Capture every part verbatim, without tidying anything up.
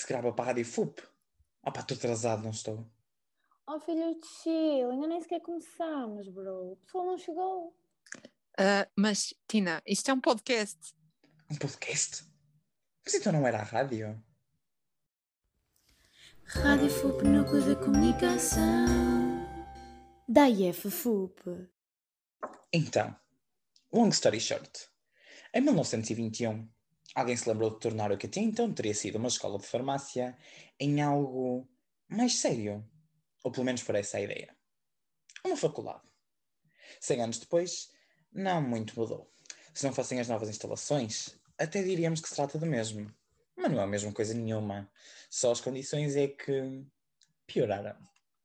se grava para a Rádio F U P. Ah pá, estou atrasado, não estou. Oh filho de chill, ainda nem sequer começámos, bro. O pessoal não chegou. Uh, mas, Tina, isto é um podcast. Um podcast? Mas então não era a rádio? Rádio F U P, Núcleo da Comunicação. Da I F F U P. Então, long story short. Em mil novecentos e vinte e um, alguém se lembrou de tornar o que até então teria sido uma escola de farmácia em algo mais sério. Ou pelo menos por essa a ideia. Uma faculdade. Cem anos depois, não muito mudou. Se não fossem as novas instalações, até diríamos que se trata do mesmo. Mas não é a mesma coisa nenhuma. Só as condições é que pioraram.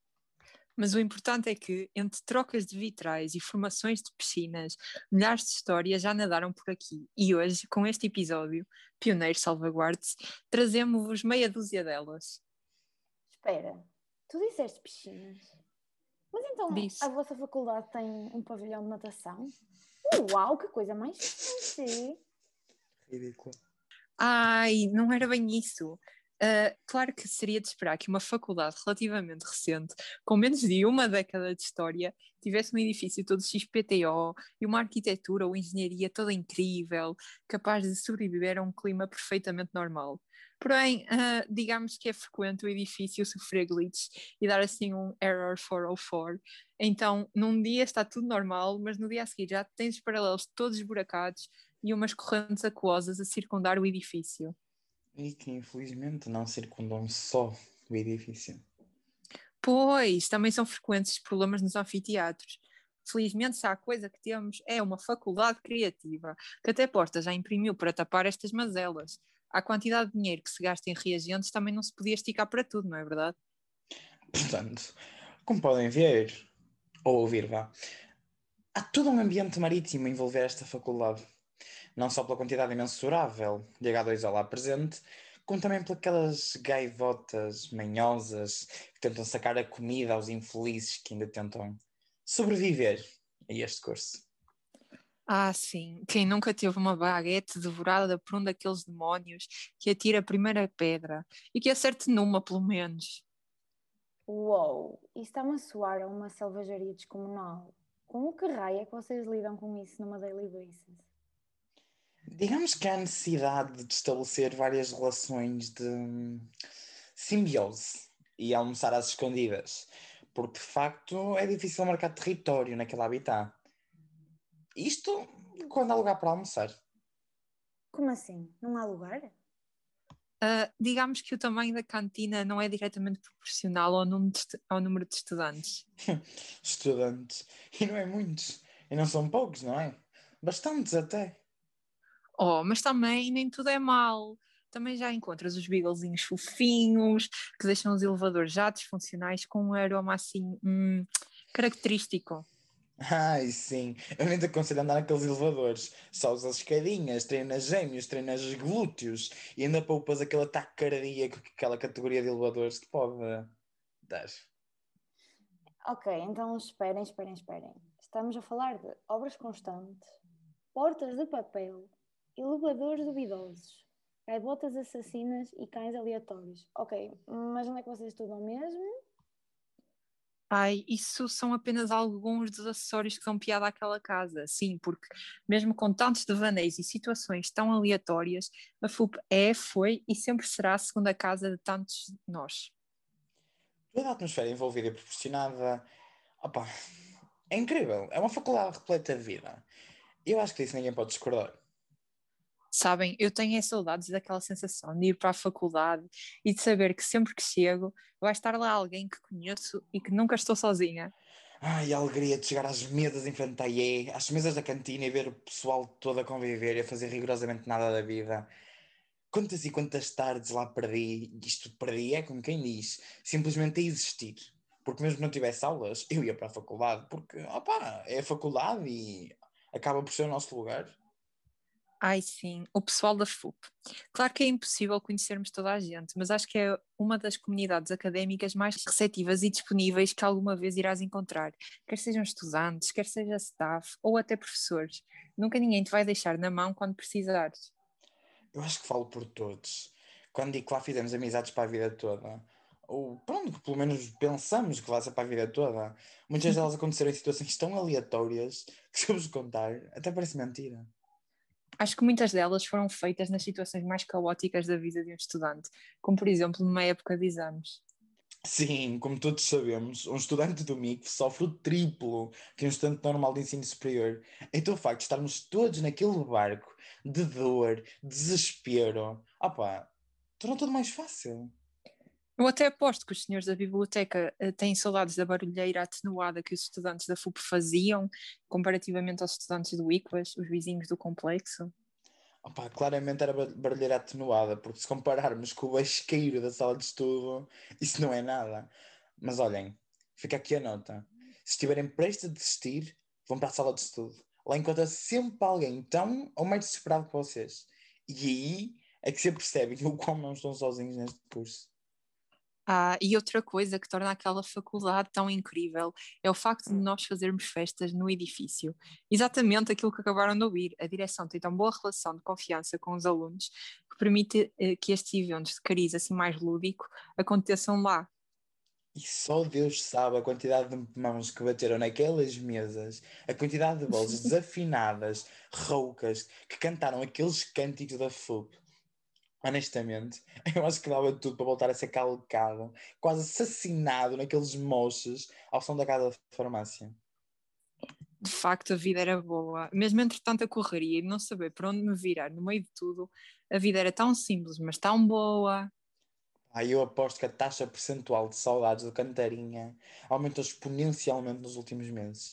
Mas o importante é que, entre trocas de vitrais e formações de piscinas, milhares de histórias já nadaram por aqui. E hoje, com este episódio, Pioneiro Salvaguarde-se, trazemos-vos meia dúzia delas. Espera, tu disseste piscinas? Mas então Disse. a vossa faculdade tem um pavilhão de natação? Uau, que coisa mais fancy! Ridículo. Ai, não era bem isso. Uh, claro que seria de esperar que uma faculdade relativamente recente, com menos de uma década de história, tivesse um edifício todo X P T O e uma arquitetura ou engenharia toda incrível, capaz de sobreviver a um clima perfeitamente normal. Porém, uh, digamos que é frequente o edifício sofrer glitches e dar assim um error quatrocentos e quatro. Então, num dia está tudo normal, mas no dia a seguir já tens os paralelos todos esburacados e umas correntes aquosas a circundar o edifício. E que infelizmente não circundam só o edifício. Pois, também são frequentes os problemas nos anfiteatros. Felizmente, se há coisa que temos é uma faculdade criativa, que até Porta já imprimiu para tapar estas mazelas. A quantidade de dinheiro que se gasta em reagentes também não se podia esticar para tudo, não é verdade? Portanto, como podem ver, ou ouvir, vá, há todo um ambiente marítimo a envolver esta faculdade. Não só pela quantidade imensurável de H dois O lá presente, como também pelas gaivotas manhosas que tentam sacar a comida aos infelizes que ainda tentam sobreviver a este curso. Ah, sim. Quem nunca teve uma baguete devorada por um daqueles demónios que atira a primeira pedra e que acerte numa, pelo menos. Uou, isso está-me a soar a uma selvageria descomunal. Como que raio é que vocês lidam com isso numa daily basis? Digamos que há necessidade de estabelecer várias relações de hum, simbiose e almoçar às escondidas, porque de facto é difícil marcar território naquele habitat. Isto quando há lugar para almoçar. Como assim? Não há lugar? Uh, digamos que o tamanho da cantina não é diretamente proporcional ao número de, estu- ao número de estudantes. Estudantes. E não é muitos. E não são poucos, não é? Bastantes até. Oh, mas também nem tudo é mau. Também já encontras os beaglezinhos fofinhos, que deixam os elevadores já disfuncionais com um aroma assim, hum, característico. Ai, sim. Eu nem te aconselho a andar naqueles elevadores. Só usas escadinhas, treinas gêmeos, treinas glúteos e ainda poupas aquele ataque cardíaco que aquela categoria de elevadores te pode dar. Ok, então esperem, esperem, esperem. Estamos a falar de obras constantes, portas de papel, elevadores duvidosos, gaivotas assassinas e cães aleatórios. Ok, mas onde é que vocês estudam mesmo? Ai, isso são apenas alguns dos acessórios que dão piada àquela casa. Sim, porque mesmo com tantos devaneios e situações tão aleatórias, a F U P é, foi e sempre será a segunda casa de tantos de nós. Toda a atmosfera envolvida e proporcionada. Opa, é incrível. É uma faculdade repleta de vida. Eu acho que disso ninguém pode discordar. Sabem, eu tenho é saudades daquela sensação de ir para a faculdade e de saber que sempre que chego vai estar lá alguém que conheço e que nunca estou sozinha. Ai, a alegria de chegar às mesas em frente à I E, às mesas da cantina e ver o pessoal todo a conviver e a fazer rigorosamente nada da vida. Quantas e quantas tardes lá perdi, isto perdi é como quem diz, simplesmente a existir. Porque mesmo que não tivesse aulas, eu ia para a faculdade, porque, opá, é a faculdade e acaba por ser o nosso lugar. Ai sim, o pessoal da F U P. Claro que é impossível conhecermos toda a gente, mas acho que é uma das comunidades académicas mais receptivas e disponíveis que alguma vez irás encontrar, quer sejam estudantes, quer seja staff ou até professores. Nunca ninguém te vai deixar na mão quando precisares. Eu acho que falo por todos. quando digo que lá fizemos amizades para a vida toda, ou pronto, pelo menos pensamos que vai ser para a vida toda, muitas delas aconteceram em situações tão aleatórias que, se eu vos contar, até parece mentira. Acho que muitas delas foram feitas nas situações mais caóticas da vida de um estudante, como por exemplo numa época de exames. Sim, como todos sabemos, um estudante do M I C sofre o triplo que um estudante normal de ensino superior. Então o facto de estarmos todos naquele barco de dor, desespero, opá, tornou tudo mais fácil. Eu até aposto que os senhores da biblioteca eh, têm saudades da barulheira atenuada que os estudantes da F U P faziam, comparativamente aos estudantes do ICUAS, os vizinhos do complexo. Opa, claramente era bar- barulheira atenuada, porque se compararmos com o basqueiro da sala de estudo, isso não é nada. Mas olhem, fica aqui a nota. Se estiverem prestes a desistir, vão para a sala de estudo. Lá encontra sempre alguém tão ou mais desesperado que vocês. E aí é que se percebem o quão não estão sozinhos neste curso. Ah, e outra coisa que torna aquela faculdade tão incrível é o facto de nós fazermos festas no edifício. Exatamente aquilo que acabaram de ouvir. A direção tem tão boa relação de confiança com os alunos que permite eh, que estes eventos de cariz assim mais lúdico aconteçam lá. E só Deus sabe a quantidade de mãos que bateram naquelas mesas, a quantidade de vozes desafinadas, roucas, que cantaram aqueles cânticos da F U P. Honestamente, eu acho que dava tudo para voltar a ser calcado, quase assassinado naqueles moches ao som da casa de farmácia. De facto, a vida era boa. Mesmo entre tanta correria e não saber para onde me virar no meio de tudo, a vida era tão simples, mas tão boa. Ah, eu aposto que a taxa percentual de saudades do Cantarinha aumentou exponencialmente nos últimos meses.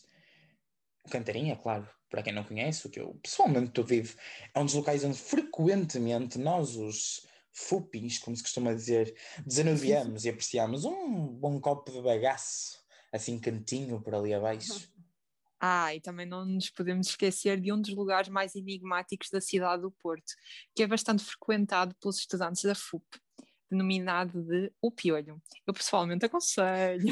O Cantarinha, claro, para quem não conhece, o que eu pessoalmente vivo, é um dos locais onde frequentemente nós, os fupis, como se costuma dizer, desanuviamos e apreciamos um bom copo de bagaço, assim cantinho por ali abaixo. Ah, e também não nos podemos esquecer de um dos lugares mais enigmáticos da cidade do Porto, que é bastante frequentado pelos estudantes da F U P, denominado de O Piolho. Eu pessoalmente aconselho.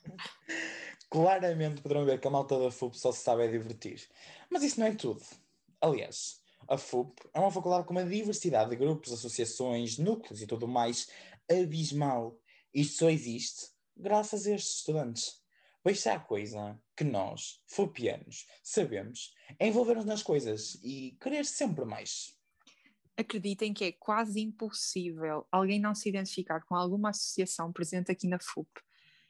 Claramente poderão ver que a malta da F U P só se sabe é divertir. Mas isso não é tudo. Aliás, a F U P é uma faculdade com uma diversidade de grupos, associações, núcleos e tudo mais abismal. Isto só existe graças a estes estudantes. Pois se há coisa que nós, fupianos, sabemos é envolver-nos nas coisas e querer sempre mais. Acreditem que é quase impossível alguém não se identificar com alguma associação presente aqui na F U P.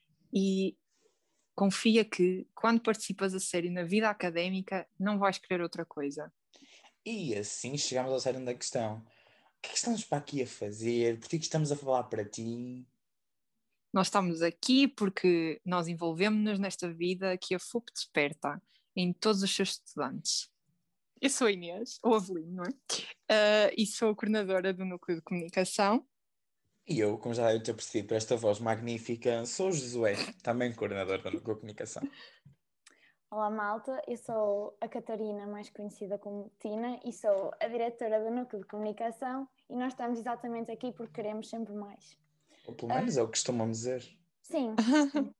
E confia que, quando participas a sério na vida académica, não vais querer outra coisa. E assim chegamos ao cerne da questão. O que é que estamos para aqui a fazer? Por que é que estamos a falar para ti? Nós estamos aqui porque nós envolvemos-nos nesta vida que a F U P desperta em todos os seus estudantes. Eu sou a Inês, ou Avelino, não é? Uh, e sou a coordenadora do Núcleo de Comunicação. E eu, como já devem ter percebido por esta voz magnífica, sou o Josué, também coordenador da Núcleo de Comunicação. Olá malta, eu sou a Catarina, mais conhecida como Tina, e sou a diretora do Núcleo de Comunicação e nós estamos exatamente aqui porque queremos sempre mais. Ou pelo menos é o que costumam dizer. Sim, sim.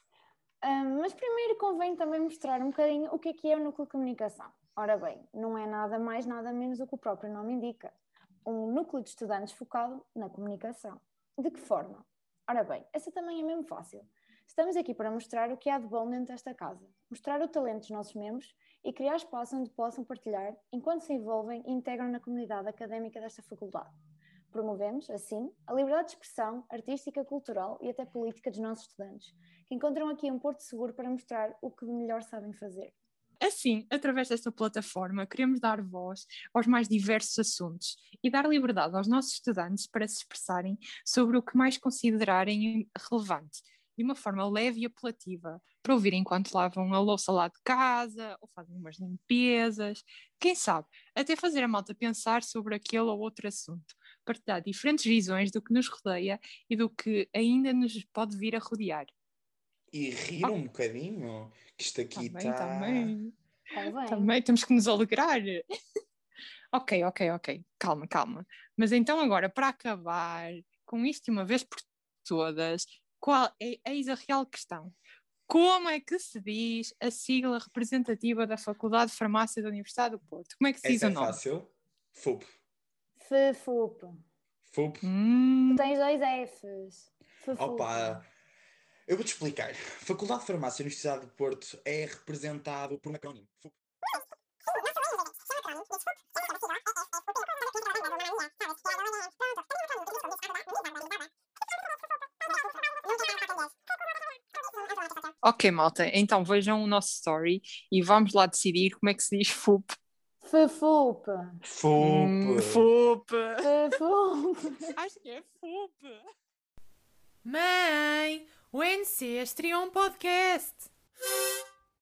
Um, mas primeiro convém também mostrar um bocadinho o que é que é o Núcleo de Comunicação. Ora bem, não é nada mais, nada menos do que o próprio nome indica. Um núcleo de estudantes focado na comunicação. De que forma? Ora bem, essa também é mesmo fácil. Estamos aqui para mostrar o que há de bom dentro desta casa, mostrar o talento dos nossos membros e criar espaço onde possam partilhar enquanto se envolvem e integram na comunidade académica desta faculdade. Promovemos, assim, a liberdade de expressão artística, cultural e até política dos nossos estudantes, que encontram aqui um porto seguro para mostrar o que de melhor sabem fazer. Assim, através desta plataforma, queremos dar voz aos mais diversos assuntos e dar liberdade aos nossos estudantes para se expressarem sobre o que mais considerarem relevante, de uma forma leve e apelativa, para ouvir enquanto lavam a louça lá de casa ou fazem umas limpezas. Quem sabe, até fazer a malta pensar sobre aquele ou outro assunto, partilhar diferentes visões do que nos rodeia e do que ainda nos pode vir a rodear. E rir um bocadinho, que isto aqui Também, está... também. Convém. Também temos que nos alegrar. Ok, ok, ok. Calma, calma. Mas então agora, para acabar com isto de uma vez por todas, qual é, eis a real questão. Como é que se diz a sigla representativa da Faculdade de Farmácia da Universidade do Porto? Como é que se diz Essa o é nome? fácil. F U P. F F U P. Fup. Hum, Tu tens dois Fs. Fufupa. Opa, eu vou-te explicar. Faculdade de Farmácia Universidade do Porto é representado por um acrónimo. Fup. ok, malta. Então vejam o nosso story e vamos lá decidir como é que se diz F U P. Fufupa. Hum, Fup. F U P. Fufupa. Acho que é F U P. Mãe, o N C estreou um podcast.